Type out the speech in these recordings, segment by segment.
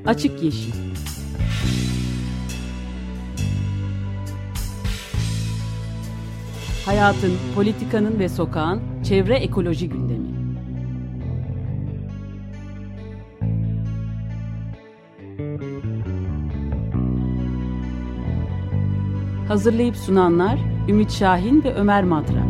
Açık Yeşil. Hayatın, politikanın ve sokağın çevre ekoloji gündemi. Hazırlayıp sunanlar Ümit Şahin ve Ömer Madra.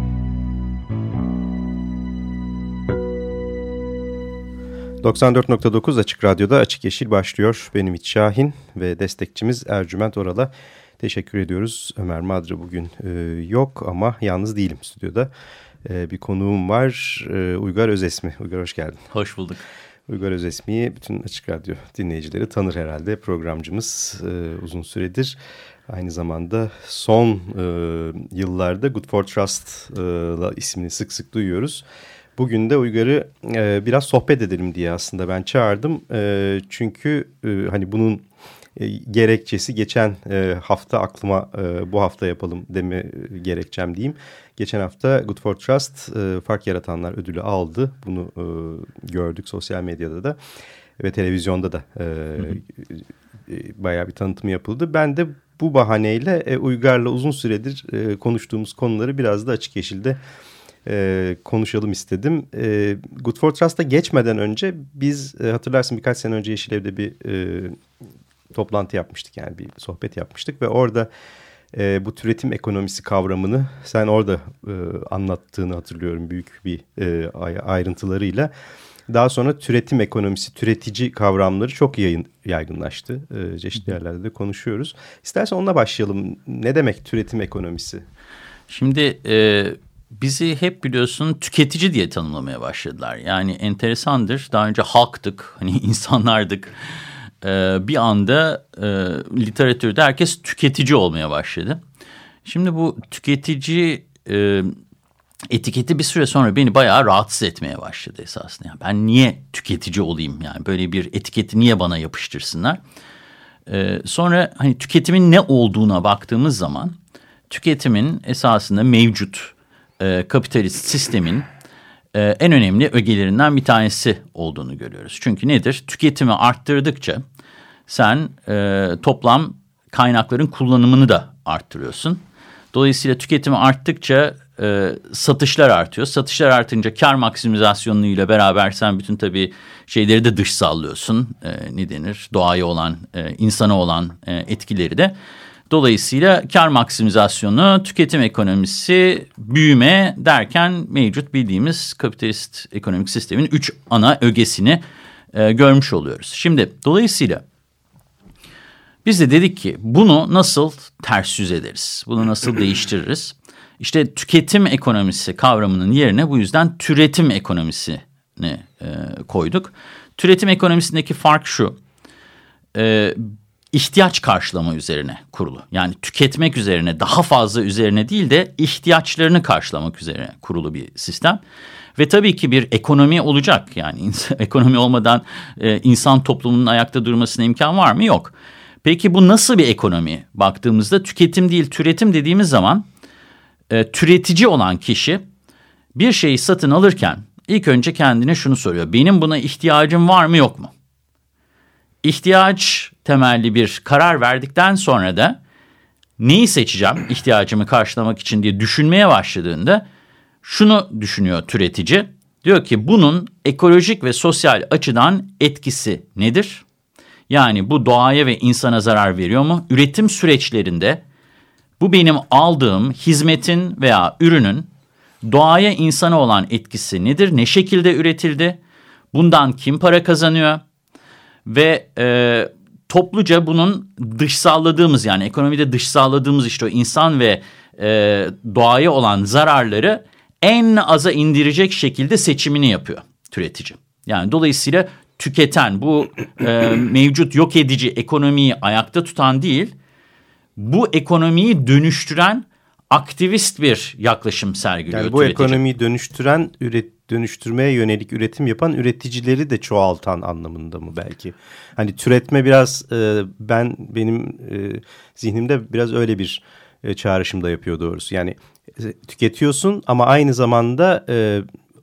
...94.9 Açık Radyo'da Açık Yeşil başlıyor. Benim Ümit Şahin ve destekçimiz Ercüment Oral'a teşekkür ediyoruz. Ömer Madra bugün yok ama yalnız değilim stüdyoda. Bir konuğum var, Uygar Özesmi. Uygar hoş geldin. Hoş bulduk. Uygar Özesmi'yi bütün Açık Radyo dinleyicileri tanır herhalde. Programcımız uzun süredir. Aynı zamanda son yıllarda Good for Trust'la ismini sık sık duyuyoruz. Bugün de Uygar'ı biraz sohbet edelim diye aslında ben çağırdım. Çünkü hani bunun gerekçesi geçen hafta aklıma bu hafta yapalım deme gerekçem diyeyim. Geçen hafta Good for Trust Fark Yaratanlar ödülü aldı. Bunu gördük sosyal medyada da ve televizyonda da bayağı bir tanıtımı yapıldı. Ben de bu bahaneyle Uygar'la uzun süredir konuştuğumuz konuları biraz da Açık Yeşil'de konuşalım istedim. Good for Trust'a geçmeden önce biz hatırlarsın birkaç sene önce Yeşilev'de bir toplantı yapmıştık, yani bir sohbet yapmıştık ve orada bu türetim ekonomisi kavramını sen orada anlattığını hatırlıyorum büyük bir ayrıntılarıyla. Daha sonra türetim ekonomisi, türetici kavramları çok yaygınlaştı. Çeşitli yerlerde de konuşuyoruz. İstersen onunla başlayalım. Ne demek türetim ekonomisi? Şimdi bizi hep biliyorsun tüketici diye tanımlamaya başladılar. Yani enteresandır. Daha önce halktık, hani insanlardık. Bir anda literatürde herkes tüketici olmaya başladı. Şimdi bu tüketici etiketi bir süre sonra beni bayağı rahatsız etmeye başladı esasında. Yani ben niye tüketici olayım, yani böyle bir etiketi niye bana yapıştırsınlar? Sonra hani tüketimin ne olduğuna baktığımız zaman tüketimin esasında mevcut kapitalist sistemin en önemli ögelerinden bir tanesi olduğunu görüyoruz. Çünkü nedir? Tüketimi arttırdıkça sen toplam kaynakların kullanımını da arttırıyorsun. Dolayısıyla tüketimi arttıkça satışlar artıyor. Satışlar artınca kar maksimizasyonuyla beraber sen bütün tabii şeyleri de dışsallıyorsun. Ne denir? Doğaya olan, insana olan etkileri de. Dolayısıyla kar maksimizasyonu, tüketim ekonomisi, büyüme derken mevcut bildiğimiz kapitalist ekonomik sistemin 3 ana ögesini görmüş oluyoruz. Şimdi dolayısıyla biz de dedik ki bunu nasıl ters yüz ederiz? Bunu nasıl değiştiririz? İşte tüketim ekonomisi kavramının yerine bu yüzden türetim ekonomisini koyduk. Türetim ekonomisindeki fark şu. İhtiyaç karşılama üzerine kurulu. Yani tüketmek üzerine, daha fazla üzerine değil de ihtiyaçlarını karşılamak üzerine kurulu bir sistem. Ve tabii ki bir ekonomi olacak. Yani ekonomi olmadan insan toplumunun ayakta durmasına imkan var mı? Yok. Peki bu nasıl bir ekonomi? Baktığımızda tüketim değil, türetim dediğimiz zaman türetici olan kişi bir şeyi satın alırken ilk önce kendine şunu soruyor. Benim buna ihtiyacım var mı yok mu? İhtiyaç temelli bir karar verdikten sonra da neyi seçeceğim ihtiyacımı karşılamak için diye düşünmeye başladığında şunu düşünüyor türetici. Diyor ki bunun ekolojik ve sosyal açıdan etkisi nedir? Yani bu doğaya ve insana zarar veriyor mu? Üretim süreçlerinde bu benim aldığım hizmetin veya ürünün doğaya, insana olan etkisi nedir? Ne şekilde üretildi? Bundan kim para kazanıyor? Ve topluca bunun dışsalladığımız, yani ekonomide dışsalladığımız işte o insan ve doğaya olan zararları en aza indirecek şekilde seçimini yapıyor türetici. Yani dolayısıyla tüketen, bu mevcut yok edici ekonomiyi ayakta tutan değil, bu ekonomiyi dönüştüren aktivist bir yaklaşım sergiliyor. Yani bu türetici. Ekonomiyi dönüştüren, dönüştürmeye yönelik üretim yapan üreticileri de çoğaltan anlamında mı belki? Hani türetme biraz benim zihnimde biraz öyle bir çağrışım da yapıyor doğrusu. Yani tüketiyorsun ama aynı zamanda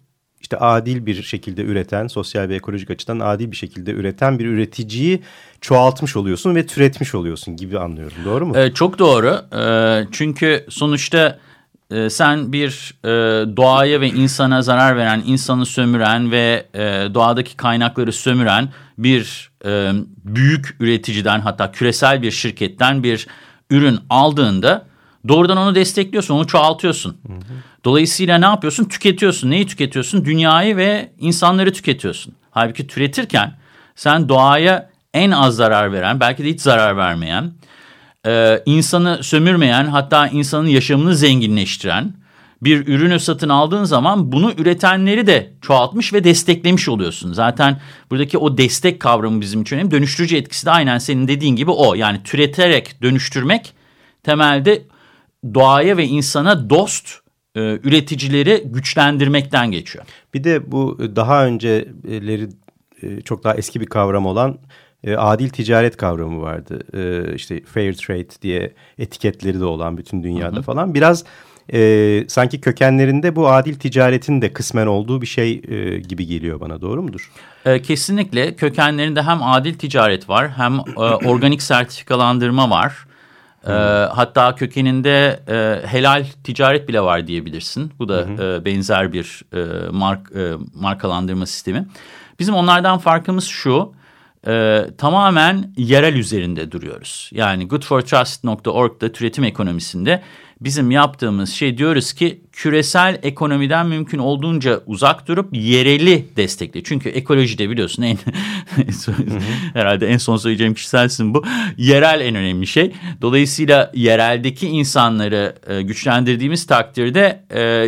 işte adil bir şekilde üreten, sosyal ve ekolojik açıdan adil bir şekilde üreten bir üreticiyi çoğaltmış oluyorsun ve türetmiş oluyorsun gibi anlıyorum. Doğru mu? Çok doğru. Çünkü sonuçta sen bir doğaya ve insana zarar veren, insanı sömüren ve doğadaki kaynakları sömüren bir büyük üreticiden, hatta küresel bir şirketten bir ürün aldığında doğrudan onu destekliyorsun, onu çoğaltıyorsun. Hı hı. Dolayısıyla ne yapıyorsun? Tüketiyorsun. Neyi tüketiyorsun? Dünyayı ve insanları tüketiyorsun. Halbuki türetirken sen doğaya en az zarar veren, belki de hiç zarar vermeyen, insanı sömürmeyen, hatta insanın yaşamını zenginleştiren bir ürünü satın aldığın zaman bunu üretenleri de çoğaltmış ve desteklemiş oluyorsun. Zaten buradaki o destek kavramı bizim için önemli. Dönüştürücü etkisi de aynen senin dediğin gibi o. Yani türeterek dönüştürmek temelde doğaya ve insana dost üreticileri güçlendirmekten geçiyor. Bir de bu daha önceleri çok daha eski bir kavram olan adil ticaret kavramı vardı. İşte fair trade diye etiketleri de olan bütün dünyada falan. Biraz sanki kökenlerinde bu adil ticaretin de kısmen olduğu bir şey gibi geliyor bana. Doğru mudur? Kesinlikle kökenlerinde hem adil ticaret var hem organik sertifikalandırma var. Hatta kökeninde helal ticaret bile var diyebilirsin. Bu da benzer bir markalandırma sistemi. Bizim onlardan farkımız şu, tamamen yerel üzerinde duruyoruz. Yani goodfortrust.org'da türetim ekonomisinde bizim yaptığımız şey, diyoruz ki küresel ekonomiden mümkün olduğunca uzak durup yereli destekle. Çünkü ekolojide biliyorsun herhalde en son söyleyeceğim kişi sensin bu. Yerel en önemli şey. Dolayısıyla yereldeki insanları güçlendirdiğimiz takdirde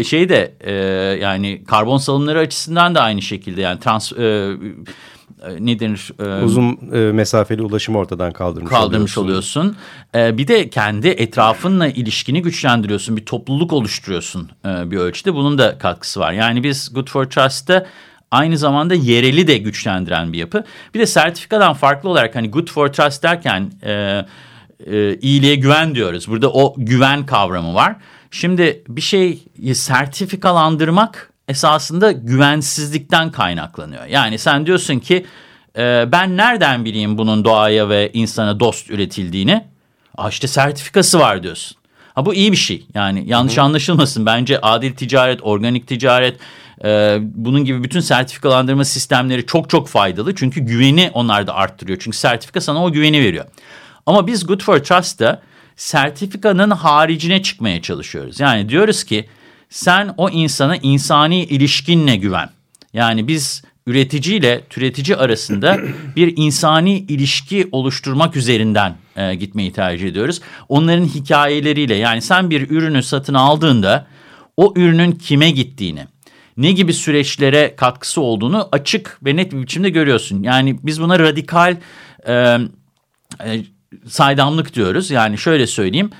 yani karbon salımları açısından da aynı şekilde yani ne denir? Uzun mesafeli ulaşımı ortadan kaldırmış oluyorsun. Bir de kendi etrafınla ilişkini güçlendiriyorsun. Bir topluluk oluşturuyorsun bir ölçüde. Bunun da katkısı var. Yani biz Good for Trust'ta aynı zamanda yereli de güçlendiren bir yapı. Bir de sertifikadan farklı olarak hani Good for Trust derken iyiliğe güven diyoruz. Burada o güven kavramı var. Şimdi bir şeyi sertifikalandırmak esasında güvensizlikten kaynaklanıyor. Yani sen diyorsun ki ben nereden bileyim bunun doğaya ve insana dost üretildiğini? İşte sertifikası var diyorsun. Bu iyi bir şey. Yani yanlış anlaşılmasın. Bence adil ticaret, organik ticaret, bunun gibi bütün sertifikalandırma sistemleri çok çok faydalı. Çünkü güveni onlar da arttırıyor. Çünkü sertifika sana o güveni veriyor. Ama biz Good for Trust'ta sertifikanın haricine çıkmaya çalışıyoruz. Yani diyoruz ki sen o insana insani ilişkinle güven. Yani biz üreticiyle türetici arasında bir insani ilişki oluşturmak üzerinden gitmeyi tercih ediyoruz. Onların hikayeleriyle, yani sen bir ürünü satın aldığında o ürünün kime gittiğini, ne gibi süreçlere katkısı olduğunu açık ve net bir biçimde görüyorsun. Yani biz buna radikal saydamlık diyoruz. Yani şöyle söyleyeyim.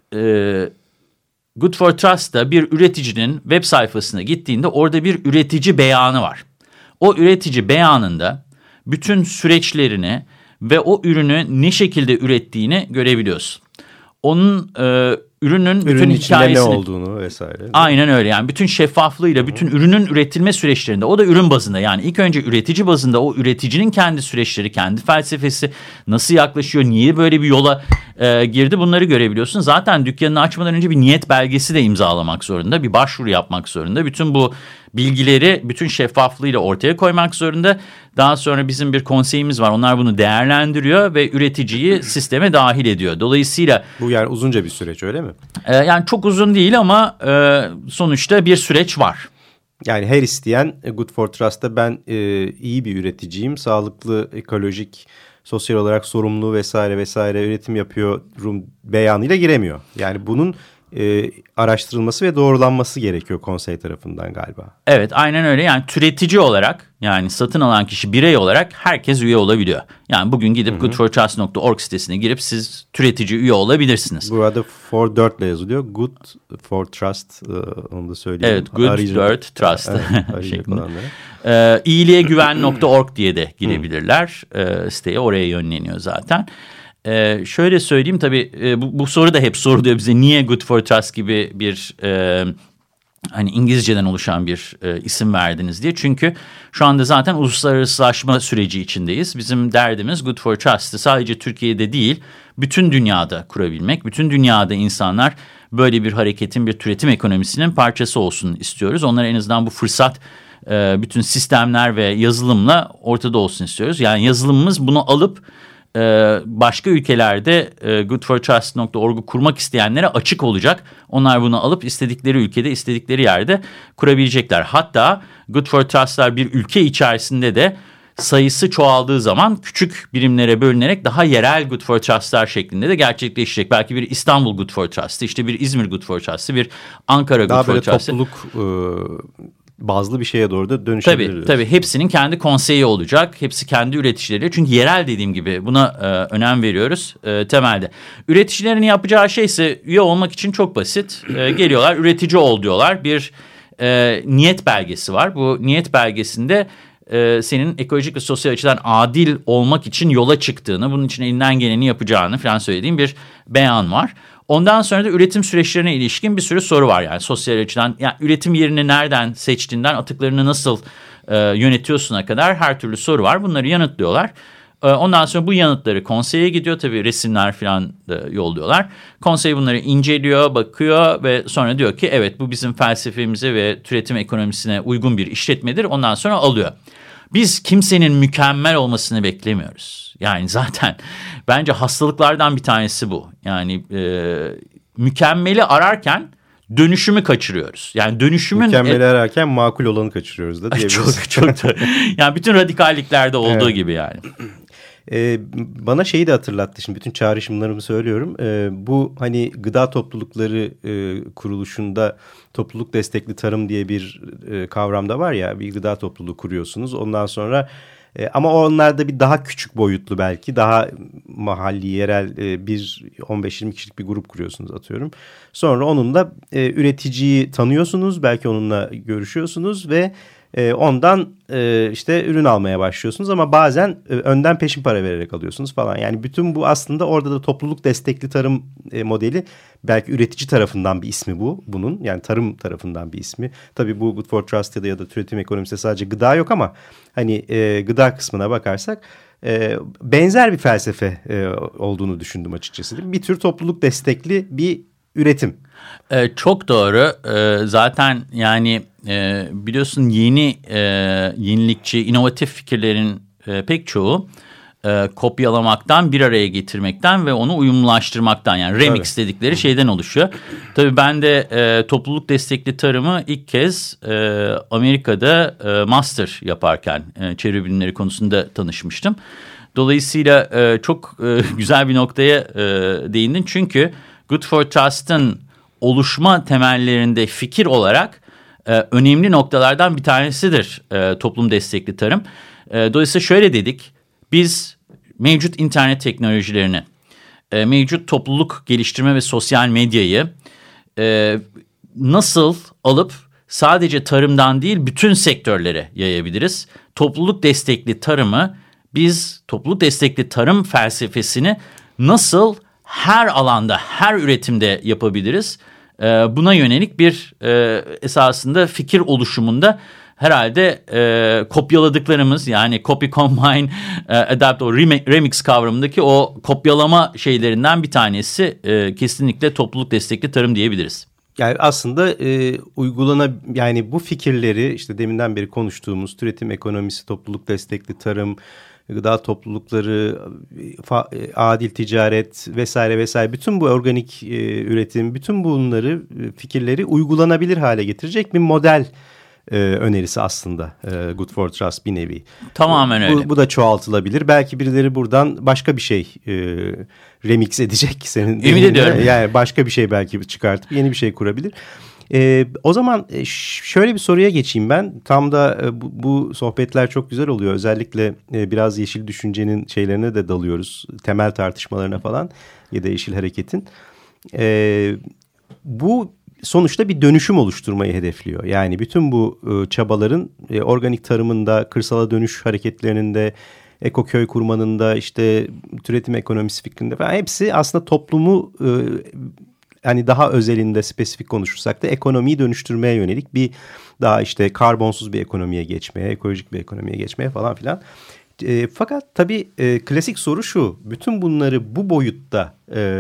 Good for Trust'ta bir üreticinin web sayfasına gittiğinde orada bir üretici beyanı var. O üretici beyanında bütün süreçlerini ve o ürünü ne şekilde ürettiğini görebiliyorsun. Onun ürünün bütün hikayesini, ne olduğunu vesaire. Aynen öyle, yani bütün şeffaflığıyla bütün ürünün üretilme süreçlerinde, o da ürün bazında, yani ilk önce üretici bazında o üreticinin kendi süreçleri, kendi felsefesi nasıl yaklaşıyor, niye böyle bir yola girdi, bunları görebiliyorsun. Zaten dükkanını açmadan önce bir niyet belgesi de imzalamak zorunda, bir başvuru yapmak zorunda. Bütün bu bilgileri bütün şeffaflığıyla ortaya koymak zorunda. Daha sonra bizim bir konseyimiz var. Onlar bunu değerlendiriyor ve üreticiyi sisteme dahil ediyor. Dolayısıyla bu yani uzunca bir süreç, öyle mi? Yani çok uzun değil ama sonuçta bir süreç var. Yani her isteyen Good for Trust'ta ben iyi bir üreticiyim, sağlıklı, ekolojik, sosyal olarak sorumlu vesaire vesaire üretim yapıyorum beyanıyla giremiyor. Yani bunun araştırılması ve doğrulanması gerekiyor konsey tarafından galiba. Evet, aynen öyle. Yani türetici olarak, yani satın alan kişi birey olarak herkes üye olabiliyor. Yani bugün gidip goodfortrust.org sitesine girip siz türetici üye olabilirsiniz. Burada for 4 ile yazılıyor. Good for Trust, onu da söyleyeyim. Evet, Good for Trust şeklinde. İyiliğegüven.org diye de girebilirler. Siteye, oraya yönleniyor zaten. Şöyle söyleyeyim, tabii bu soru da hep soruluyor bize, niye Good for Trust gibi bir hani İngilizceden oluşan bir isim verdiniz diye. Çünkü şu anda zaten uluslararasılaşma süreci içindeyiz. Bizim derdimiz Good for Trust'ı sadece Türkiye'de değil, bütün dünyada kurabilmek. Bütün dünyada insanlar böyle bir hareketin, bir türetim ekonomisinin parçası olsun istiyoruz. Onlara en azından bu fırsat bütün sistemler ve yazılımla ortada olsun istiyoruz. Yani yazılımımız bunu alıp başka ülkelerde goodfortrust.org'u kurmak isteyenlere açık olacak. Onlar bunu alıp istedikleri ülkede, istedikleri yerde kurabilecekler. Hatta Good for Trust'lar bir ülke içerisinde de sayısı çoğaldığı zaman küçük birimlere bölünerek daha yerel Good for Trust'lar şeklinde de gerçekleşecek. Belki bir İstanbul Good for Trust'ı, işte bir İzmir Good for Trust'ı, bir Ankara Good for Trust'ı. Daha böyle topluluk bazlı bir şeye doğru da dönüşebilir. Tabii hepsinin kendi konseyi olacak. Hepsi kendi üreticileri. Çünkü yerel, dediğim gibi, buna önem veriyoruz temelde. Üreticilerin yapacağı şey ise üye olmak için çok basit. Geliyorlar, üretici ol diyorlar. Bir niyet belgesi var. Bu niyet belgesinde senin ekolojik ve sosyal açıdan adil olmak için yola çıktığını, bunun için elinden geleni yapacağını falan söylediğim bir beyan var. Ondan sonra da üretim süreçlerine ilişkin bir sürü soru var. Yani sosyal açıdan, yani üretim yerini nereden seçtiğinden atıklarını nasıl yönetiyorsun'a kadar her türlü soru var. Bunları yanıtlıyorlar. Ondan sonra bu yanıtları konseye gidiyor. Tabii resimler falan da yolluyorlar. Konsey bunları inceliyor, bakıyor ve sonra diyor ki evet, bu bizim felsefemize ve türetim ekonomisine uygun bir işletmedir. Ondan sonra alıyor. Biz kimsenin mükemmel olmasını beklemiyoruz. Yani zaten bence hastalıklardan bir tanesi bu. Yani mükemmeli ararken dönüşümü kaçırıyoruz. Yani dönüşümün... Mükemmeli ararken makul olanı kaçırıyoruz da diyebiliriz. Çok da. Yani bütün radikalliklerde olduğu evet. gibi yani. Bana şeyi de hatırlattı, şimdi bütün çağrışımlarımı söylüyorum. Bu hani gıda toplulukları kuruluşunda topluluk destekli tarım diye bir kavram da var ya, bir gıda topluluğu kuruyorsunuz. Ondan sonra ama onlarda bir daha küçük boyutlu, belki daha mahalli, yerel bir 15-20 kişilik bir grup kuruyorsunuz atıyorum. Sonra onunla üreticiyi tanıyorsunuz, belki onunla görüşüyorsunuz ve ondan işte ürün almaya başlıyorsunuz ama bazen önden peşin para vererek alıyorsunuz falan. Yani bütün bu aslında orada da topluluk destekli tarım modeli, belki üretici tarafından bir ismi bunun, yani tarım tarafından bir ismi. Tabii bu Good for Trust ya da türetim ekonomisinde sadece gıda yok ama hani gıda kısmına bakarsak benzer bir felsefe olduğunu düşündüm açıkçası. Değil mi? Bir tür topluluk destekli bir üretim. Çok doğru. Zaten yani biliyorsun yenilikçi, inovatif fikirlerin pek çoğu kopyalamaktan, bir araya getirmekten ve onu uyumlaştırmaktan, yani remix dedikleri şeyden oluşuyor. Tabii ben de topluluk destekli tarımı ilk kez Amerika'da master yaparken çevre bilimleri konusunda tanışmıştım. Dolayısıyla çok güzel bir noktaya değindin. Çünkü Good for Trust'ın oluşma temellerinde fikir olarak önemli noktalardan bir tanesidir toplum destekli tarım. Dolayısıyla şöyle dedik, biz mevcut internet teknolojilerini, mevcut topluluk geliştirme ve sosyal medyayı nasıl alıp sadece tarımdan değil bütün sektörlere yayabiliriz? Topluluk destekli tarımı, biz topluluk destekli tarım felsefesini nasıl her alanda, her üretimde yapabiliriz? Buna yönelik bir esasında fikir oluşumunda herhalde kopyaladıklarımız, yani copy, combine, adapt, o remix kavramındaki o kopyalama şeylerinden bir tanesi kesinlikle topluluk destekli tarım diyebiliriz. Yani aslında yani bu fikirleri işte deminden beri konuştuğumuz türetim ekonomisi, topluluk destekli tarım, gıda toplulukları, adil ticaret vesaire vesaire, bütün bu organik üretim, bütün bunları, fikirleri uygulanabilir hale getirecek bir model önerisi aslında Good for Trust bir nevi. Tamamen öyle. Bu da çoğaltılabilir. Belki birileri buradan başka bir şey remix edecek senin. Emin ediyorum. Yani başka bir şey belki çıkartıp yeni bir şey kurabilir. O zaman şöyle bir soruya geçeyim ben. Tam da bu sohbetler çok güzel oluyor. Özellikle biraz yeşil düşüncenin şeylerine de dalıyoruz. Temel tartışmalarına falan ya da yeşil hareketin. Bu sonuçta bir dönüşüm oluşturmayı hedefliyor. Yani bütün bu çabaların organik tarımında, kırsala dönüş hareketlerinin de, ekoköy kurmanın da, işte türetim ekonomisi fikrinde falan, hepsi aslında toplumu hani daha özelinde spesifik konuşursak da ekonomiyi dönüştürmeye yönelik bir daha işte karbonsuz bir ekonomiye geçmeye, ekolojik bir ekonomiye geçmeye falan filan. Fakat tabii klasik soru şu, bütün bunları bu boyutta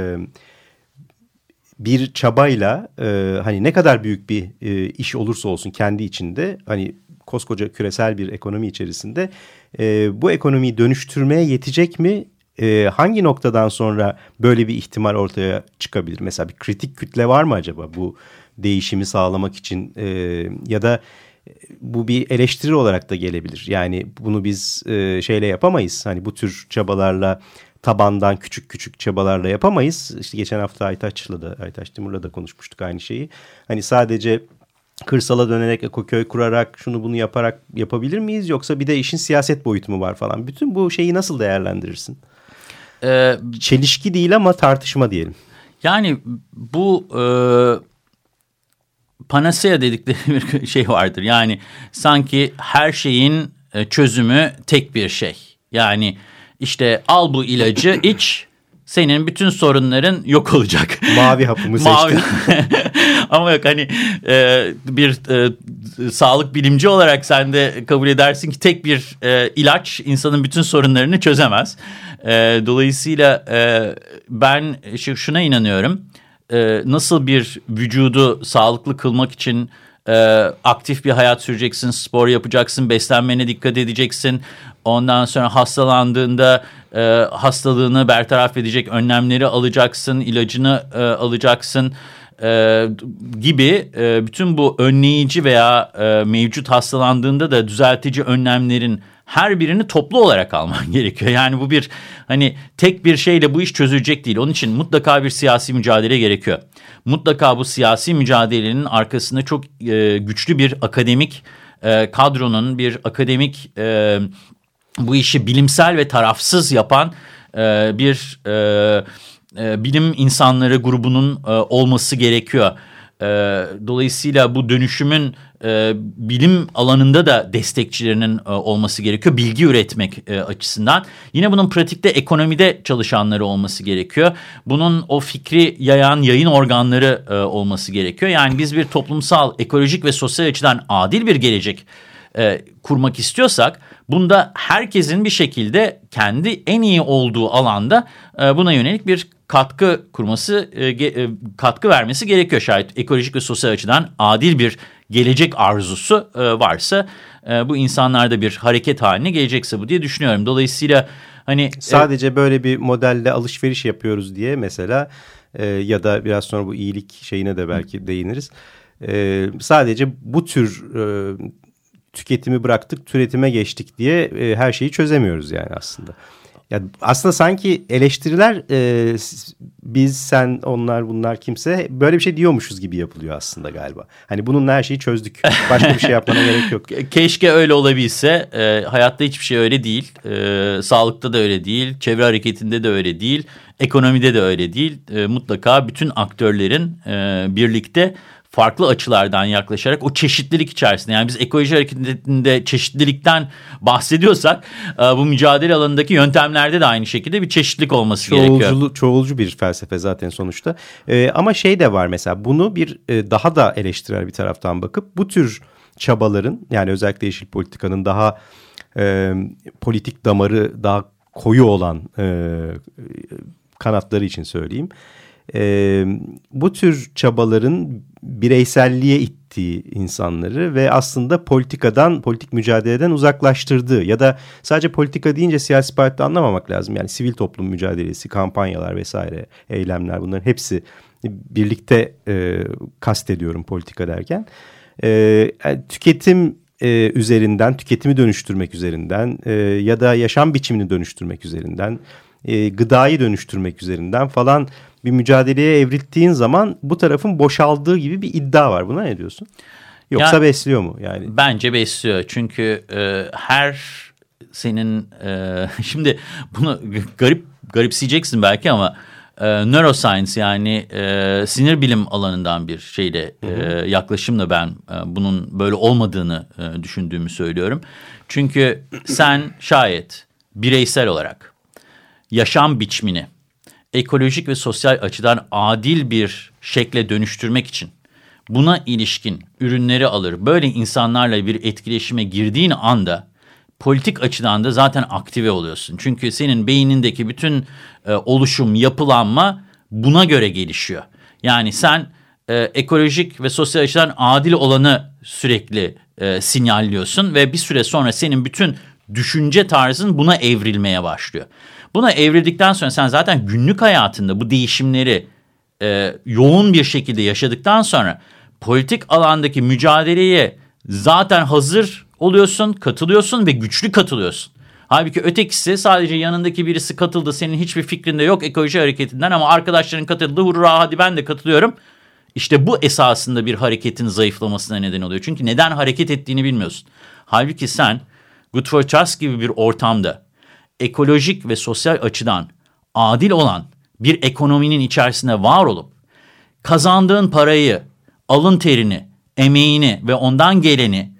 bir çabayla hani ne kadar büyük bir iş olursa olsun kendi içinde, hani koskoca küresel bir ekonomi içerisinde bu ekonomiyi dönüştürmeye yetecek mi? Hangi noktadan sonra böyle bir ihtimal ortaya çıkabilir? Mesela bir kritik kütle var mı acaba bu değişimi sağlamak için ya da bu bir eleştiri olarak da gelebilir. Yani bunu biz şeyle yapamayız. Hani bu tür çabalarla, tabandan küçük küçük çabalarla yapamayız. İşte geçen hafta Aytaç Timur'la da konuşmuştuk aynı şeyi. Hani sadece kırsala dönerek, ekoköy kurarak, şunu bunu yaparak yapabilir miyiz? Yoksa bir de işin siyaset boyutu mu var falan? Bütün bu şeyi nasıl değerlendirirsin? Çelişki değil ama tartışma diyelim. Yani bu panasea dedikleri bir şey vardır. Yani sanki her şeyin çözümü tek bir şey. Yani işte al bu ilacı iç, senin bütün sorunların yok olacak. Mavi hapımı seçtin. Ama yok hani bir sağlık bilimci olarak sen de kabul edersin ki tek bir ilaç insanın bütün sorunlarını çözemez. Dolayısıyla ben şuna inanıyorum. Nasıl bir vücudu sağlıklı kılmak için aktif bir hayat süreceksin, spor yapacaksın, beslenmene dikkat edeceksin. Ondan sonra hastalandığında hastalığını bertaraf edecek önlemleri alacaksın, ilacını alacaksın gibi bütün bu önleyici veya mevcut hastalandığında da düzeltici önlemlerin her birini toplu olarak alman gerekiyor. Yani bu bir hani tek bir şeyle bu iş çözülecek değil. Onun için mutlaka bir siyasi mücadele gerekiyor. Mutlaka bu siyasi mücadelenin arkasında çok güçlü bir akademik kadronun, bir akademik bu işi bilimsel ve tarafsız yapan bir bilim insanları grubunun olması gerekiyor. Dolayısıyla bu dönüşümün bilim alanında da destekçilerinin olması gerekiyor. Bilgi üretmek açısından. Yine bunun pratikte ekonomide çalışanları olması gerekiyor. Bunun o fikri yayan yayın organları olması gerekiyor. Yani biz bir toplumsal, ekolojik ve sosyal açıdan adil bir gelecek kurmak istiyorsak bunda herkesin bir şekilde kendi en iyi olduğu alanda buna yönelik bir katkı vermesi gerekiyor. Şayet ekolojik ve sosyal açıdan adil bir gelecek arzusu varsa bu insanlarda bir hareket haline gelecekse bu diye düşünüyorum. Dolayısıyla hani sadece böyle bir modelle alışveriş yapıyoruz diye mesela ya da biraz sonra bu iyilik şeyine de belki değiniriz. Sadece bu tür tüketimi bıraktık, türetime geçtik diye her şeyi çözemiyoruz yani aslında. Ya aslında sanki eleştiriler biz, sen, onlar, bunlar, kimse böyle bir şey diyormuşuz gibi yapılıyor aslında galiba. Hani bununla her şeyi çözdük. Başka bir şey yapmana gerek yok. Keşke öyle olabilse. Hayatta hiçbir şey öyle değil. Sağlıkta da öyle değil. Çevre hareketinde de öyle değil. Ekonomide de öyle değil. Mutlaka bütün aktörlerin birlikte farklı açılardan yaklaşarak o çeşitlilik içerisinde, yani biz ekoloji hareketinde çeşitlilikten bahsediyorsak bu mücadele alanındaki yöntemlerde de aynı şekilde bir çeşitlilik olması gerekiyor. Çoğulcu bir felsefe zaten sonuçta. Ama şey de var mesela, bunu bir daha da eleştirel bir taraftan bakıp bu tür çabaların, yani özellikle yeşil politikanın daha politik damarı daha koyu olan kanatları için söyleyeyim. Bu tür çabaların bireyselliğe ittiği insanları ve aslında politik mücadeleden uzaklaştırdığı, ya da sadece politika deyince siyasi parti anlamamak lazım. Yani sivil toplum mücadelesi, kampanyalar vesaire, eylemler, bunların hepsi birlikte kastediyorum politika derken. Yani tüketim üzerinden, tüketimi dönüştürmek üzerinden ya da yaşam biçimini dönüştürmek üzerinden, gıdayı dönüştürmek üzerinden falan bir mücadeleye evrildiğin zaman bu tarafın boşaldığı gibi bir iddia var. Buna ne diyorsun? Yoksa yani, besliyor mu? Yani bence besliyor. Çünkü her senin şimdi bunu garipseyeceksin belki ama neuroscience, yani sinir bilim alanından bir şeyle yaklaşımla ben bunun böyle olmadığını düşündüğümü söylüyorum. Çünkü sen şayet bireysel olarak yaşam biçimini ekolojik ve sosyal açıdan adil bir şekle dönüştürmek için buna ilişkin ürünleri alır, böyle insanlarla bir etkileşime girdiğin anda politik açıdan da zaten aktive oluyorsun. Çünkü senin beynindeki bütün oluşum, yapılanma buna göre gelişiyor. Yani sen ekolojik ve sosyal açıdan adil olanı sürekli sinyalliyorsun ve bir süre sonra senin bütün düşünce tarzın buna evrilmeye başlıyor. Buna evrildikten sonra sen zaten günlük hayatında bu değişimleri yoğun bir şekilde yaşadıktan sonra politik alandaki mücadeleye zaten hazır oluyorsun, katılıyorsun ve güçlü katılıyorsun. Halbuki ötekisi sadece yanındaki birisi katıldı, senin hiçbir fikrinde yok ekoloji hareketinden ama arkadaşların katıldı, hurra hadi ben de katılıyorum. İşte bu esasında bir hareketin zayıflamasına neden oluyor. Çünkü neden hareket ettiğini bilmiyorsun. Halbuki sen Good for Trust gibi bir ortamda ekolojik ve sosyal açıdan adil olan bir ekonominin içerisinde var olup kazandığın parayı, alın terini, emeğini ve ondan geleni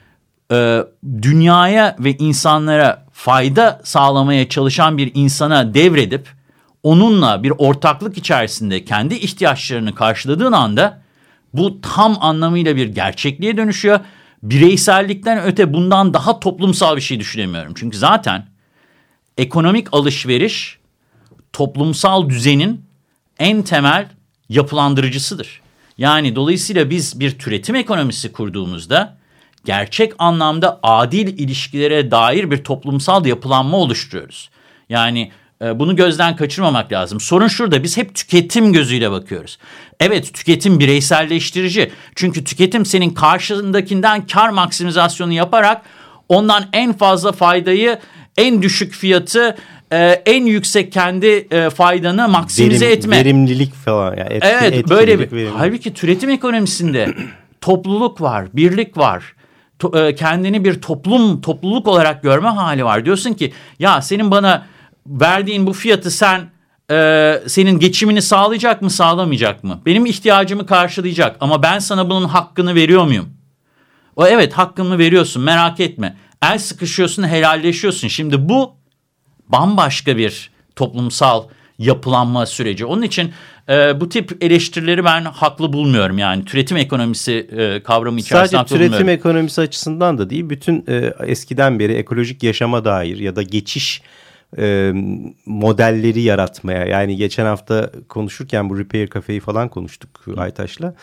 dünyaya ve insanlara fayda sağlamaya çalışan bir insana devredip onunla bir ortaklık içerisinde kendi ihtiyaçlarını karşıladığın anda bu tam anlamıyla bir gerçekliğe dönüşüyor. Bireysellikten öte bundan daha toplumsal bir şey düşünemiyorum. Çünkü zaten ekonomik alışveriş toplumsal düzenin en temel yapılandırıcısıdır. Yani dolayısıyla biz bir türetim ekonomisi kurduğumuzda gerçek anlamda adil ilişkilere dair bir toplumsal yapılanma oluşturuyoruz. Yani bunu gözden kaçırmamak lazım. Sorun şurada, biz hep tüketim gözüyle bakıyoruz. Evet, tüketim bireyselleştirici. Çünkü tüketim senin karşındakinden kar maksimizasyonu yaparak ondan en fazla faydayı, en düşük fiyatı, en yüksek kendi faydanı maksimize etme. Verimlilik falan. Yani evet, böyle bir. Halbuki türetim ekonomisinde topluluk var, birlik var. Kendini bir topluluk olarak görme hali var. Diyorsun ki ya senin bana verdiğin bu fiyatı senin geçimini sağlayacak mı, sağlamayacak mı? Benim ihtiyacımı karşılayacak ama ben sana bunun hakkını veriyor muyum? Evet, hakkını veriyorsun, merak etme. El sıkışıyorsun, helalleşiyorsun. Şimdi bu bambaşka bir toplumsal yapılanma süreci. Onun için bu tip eleştirileri ben haklı bulmuyorum. Yani türetim ekonomisi kavramı içerisinde haklı bulmuyorum. Sadece türetim ekonomisi açısından da değil, bütün eskiden beri ekolojik yaşama dair ya da geçiş modelleri yaratmaya. Yani geçen hafta konuşurken bu Repair Cafe'yi falan konuştuk Aytaş'la.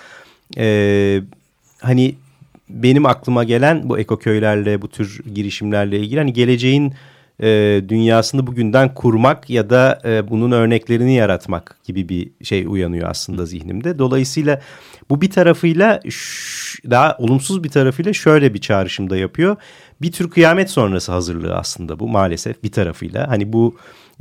Hani benim aklıma gelen bu ekoköylerle, bu tür girişimlerle ilgili hani geleceğin dünyasını bugünden kurmak ya da bunun örneklerini yaratmak gibi bir şey uyanıyor aslında zihnimde. Dolayısıyla bu bir tarafıyla daha olumsuz bir tarafıyla şöyle bir çağrışımda yapıyor. Bir tür kıyamet sonrası hazırlığı aslında bu maalesef bir tarafıyla. Hani bu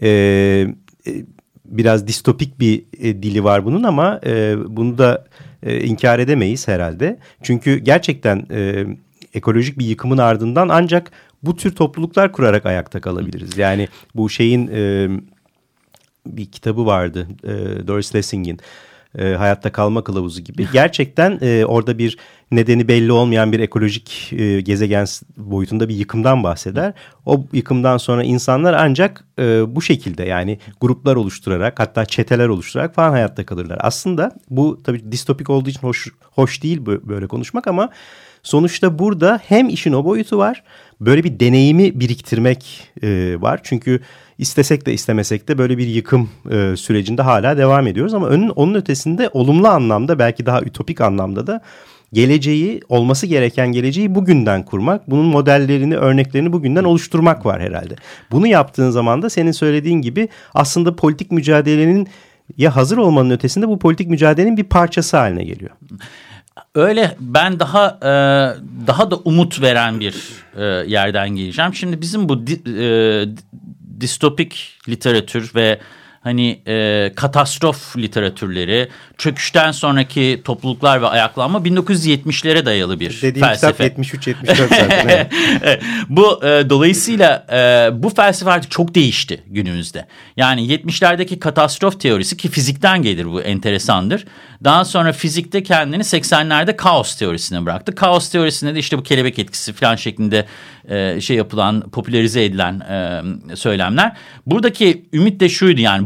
biraz distopik bir dili var bunun ama bunu da inkar edemeyiz herhalde. Çünkü gerçekten ekolojik bir yıkımın ardından ancak bu tür topluluklar kurarak ayakta kalabiliriz. Yani bu şeyin bir kitabı vardı, Doris Lessing'in Hayatta Kalma Kılavuzu gibi. Gerçekten orada bir nedeni belli olmayan bir ekolojik gezegen boyutunda bir yıkımdan bahseder. O yıkımdan sonra insanlar ancak bu şekilde yani gruplar oluşturarak, hatta çeteler oluşturarak falan hayatta kalırlar. Aslında bu tabii distopik olduğu için hoş değil böyle konuşmak ama sonuçta burada hem işin o boyutu var, böyle bir deneyimi biriktirmek var. Çünkü istesek de istemesek de böyle bir yıkım sürecinde hala devam ediyoruz. Ama onun ötesinde olumlu anlamda, belki daha ütopik anlamda da geleceği, olması gereken geleceği bugünden kurmak, bunun modellerini, örneklerini bugünden oluşturmak var herhalde. Bunu yaptığın zaman da senin söylediğin gibi aslında politik mücadelenin ya hazır olmanın ötesinde bu politik mücadelenin bir parçası haline geliyor. Öyle, ben daha da umut veren bir yerden geleceğim. Şimdi bizim bu distopik literatür ve hani katastrof literatürleri, çöküşten sonraki topluluklar ve ayaklanma 1970'lere dayalı bir dediğim felsefe. Dediğim kitap 73-74 zaten. Evet. Bu dolayısıyla bu felsefe artık çok değişti günümüzde. Yani 70'lerdeki katastrof teorisi, ki fizikten gelir, bu enteresandır. Daha sonra fizikte kendini 80'lerde kaos teorisine bıraktı. Kaos teorisinde de işte bu kelebek etkisi falan şeklinde popülerize edilen söylemler. Buradaki ümit de şuydu, yani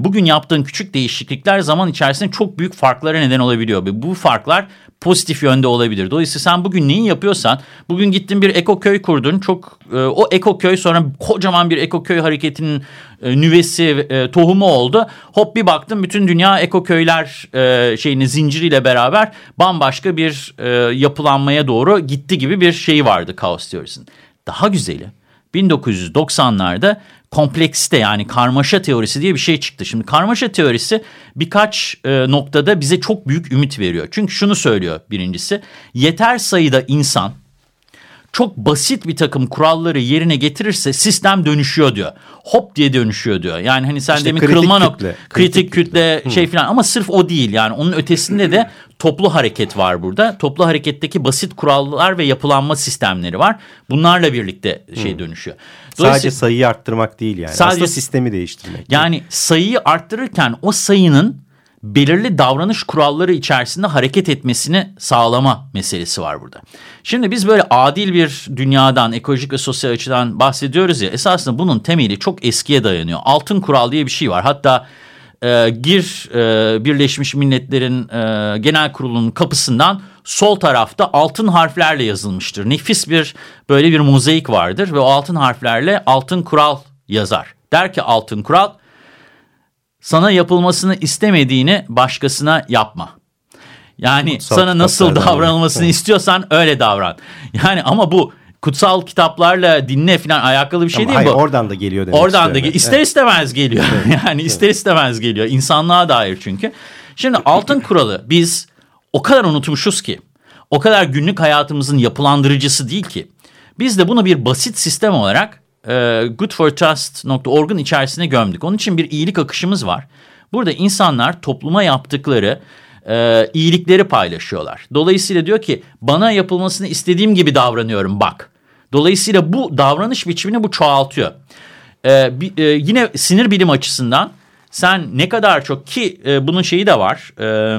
bugün yaptığın küçük değişiklikler zaman içerisinde çok büyük farklara neden olabiliyor. Ve bu farklar pozitif yönde olabilir. Dolayısıyla sen bugün neyi yapıyorsan, bugün gittin bir ekoköy kurdun. O ekoköy sonra kocaman bir ekoköy hareketinin nüvesi, tohumu oldu. Hop bir baktın bütün dünya ekoköyler zinciriyle beraber bambaşka bir yapılanmaya doğru gitti gibi bir şey vardı kaos teorisinin. Daha güzeli 1990'larda kompleksite, yani karmaşa teorisi diye bir şey çıktı. Şimdi karmaşa teorisi birkaç noktada bize çok büyük ümit veriyor. Çünkü şunu söylüyor birincisi, yeter sayıda insan çok basit bir takım kuralları yerine getirirse sistem dönüşüyor diyor. Hop diye dönüşüyor diyor. Yani hani sen demin kırılma kritik kütle şey falan, ama sırf o değil. Yani onun ötesinde de toplu hareket var burada. Toplu hareketteki basit kurallar ve yapılanma sistemleri var. Bunlarla birlikte dönüşüyor. Sadece sayıyı arttırmak değil yani. Aslında sistemi değiştirmek. Yani sayıyı arttırırken o sayının belirli davranış kuralları içerisinde hareket etmesini sağlama meselesi var burada. Şimdi biz böyle adil bir dünyadan, ekolojik ve sosyal açıdan bahsediyoruz ya, esasında bunun temeli çok eskiye dayanıyor. Altın kural diye bir şey var. Hatta Birleşmiş Milletler'in genel kurulunun kapısından sol tarafta altın harflerle yazılmıştır. Nefis böyle bir mozaik vardır ve o altın harflerle altın kural yazar. Der ki altın kural, sana yapılmasını istemediğini başkasına yapma. Yani kutsal sana nasıl davranılmasını istiyorsan öyle davran. Yani ama bu kutsal kitaplarla, dinle falan alakalı bir şey değil bu. Oradan da geliyor demek. Oradan da ister istemez geliyor. Yani ister istemez geliyor. İnsanlığa dair çünkü. Şimdi altın kuralı biz o kadar unutmuşuz ki, o kadar günlük hayatımızın yapılandırıcısı değil ki. Biz de bunu bir basit sistem olarak goodfortrust.org'un içerisine gömdük. Onun için bir iyilik akışımız var. Burada insanlar topluma yaptıkları iyilikleri paylaşıyorlar. Dolayısıyla diyor ki bana yapılmasını istediğim gibi davranıyorum bak. Dolayısıyla bu davranış biçimini bu çoğaltıyor. Yine sinir bilim açısından sen ne kadar çok ki bunun şeyi de var,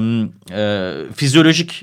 fizyolojik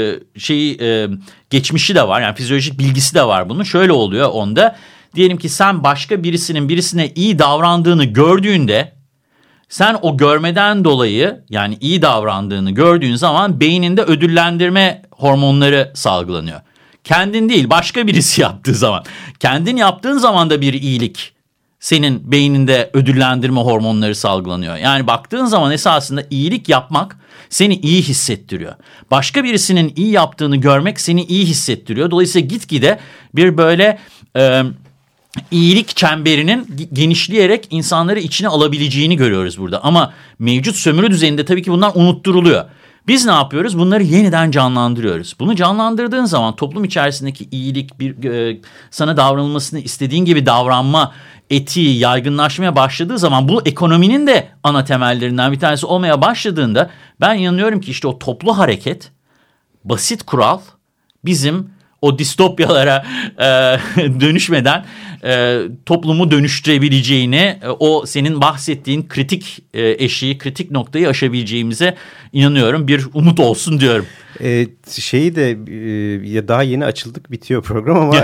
geçmişi de var, yani fizyolojik bilgisi de var bunun. Şöyle oluyor onda. Diyelim ki sen başka birisine iyi davrandığını gördüğünde, sen o görmeden dolayı, yani iyi davrandığını gördüğün zaman beyninde ödüllendirme hormonları salgılanıyor. Kendin değil, başka birisi yaptığı zaman. Kendin yaptığın zaman da bir iyilik, senin beyninde ödüllendirme hormonları salgılanıyor. Yani baktığın zaman esasında iyilik yapmak seni iyi hissettiriyor. Başka birisinin iyi yaptığını görmek seni iyi hissettiriyor. Dolayısıyla gitgide bir böyle iyilik çemberinin genişleyerek insanları içine alabileceğini görüyoruz burada. Ama mevcut sömürü düzeninde tabii ki bunlar unutturuluyor. Biz ne yapıyoruz? Bunları yeniden canlandırıyoruz. Bunu canlandırdığın zaman toplum içerisindeki iyilik, sana davranılmasını istediğin gibi davranma etiği yaygınlaşmaya başladığı zaman, bu ekonominin de ana temellerinden bir tanesi olmaya başladığında, ben inanıyorum ki işte o toplu hareket, basit kural bizim o distopyalara dönüşmeden toplumu dönüştürebileceğini, o senin bahsettiğin kritik eşiği, kritik noktayı aşabileceğimize inanıyorum. Bir umut olsun diyorum. Şeyi de ya daha yeni açıldık, bitiyor program ama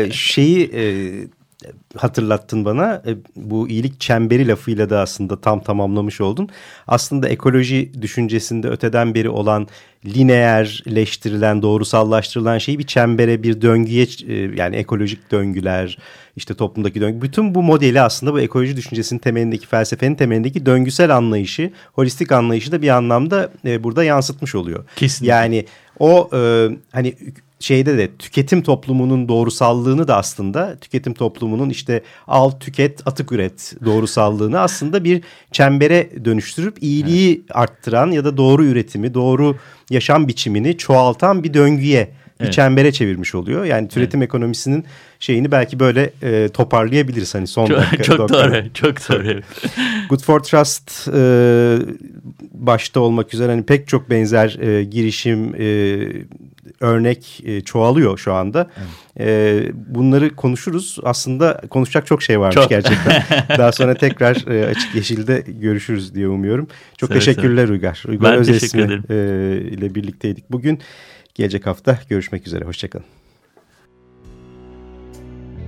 hatırlattın bana. Bu iyilik çemberi lafıyla da aslında tam tamamlamış oldun. Aslında ekoloji düşüncesinde öteden beri olan lineerleştirilen, doğrusallaştırılan şeyi bir çembere, bir döngüye, yani ekolojik döngüler, işte toplumdaki döngü. Bütün bu modeli aslında bu ekoloji düşüncesinin temelindeki, felsefenin temelindeki döngüsel anlayışı, holistik anlayışı da bir anlamda burada yansıtmış oluyor. Kesinlikle. Yani o hani şeyde de tüketim toplumunun doğrusallığını da aslında, tüketim toplumunun işte al, tüket, atık üret doğrusallığını aslında bir çembere dönüştürüp iyiliği arttıran ya da doğru üretimi, doğru yaşam biçimini çoğaltan bir döngüye, bir çembere çevirmiş oluyor. Yani türetim ekonomisinin şeyini belki böyle toparlayabiliriz hani son dakika. Çok doğru, çok doğru. Good for Trust başta olmak üzere hani pek çok benzer girişim, örnek çoğalıyor şu anda. Evet. Bunları konuşuruz. Aslında konuşacak çok şey varmış gerçekten. Daha sonra tekrar Açık Yeşil'de görüşürüz diye umuyorum. Çok teşekkürler Uygar. Uygar Özesmi ile birlikteydik bugün. Gelecek hafta görüşmek üzere. Hoşçakalın.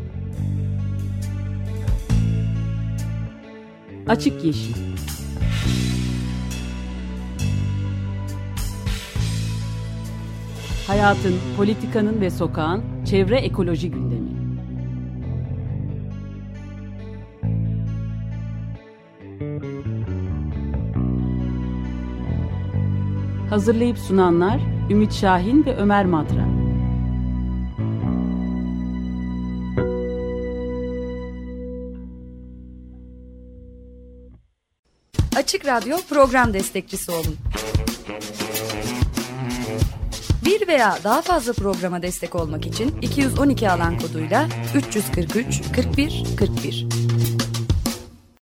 Açık Yeşil. Hayatın, politikanın ve sokağın çevre ekoloji gündemi. Hazırlayıp sunanlar Ümit Şahin ve Ömer Madra. Açık Radyo program destekçisi olun. Bir veya daha fazla programa destek olmak için 212 alan koduyla 343 41 41.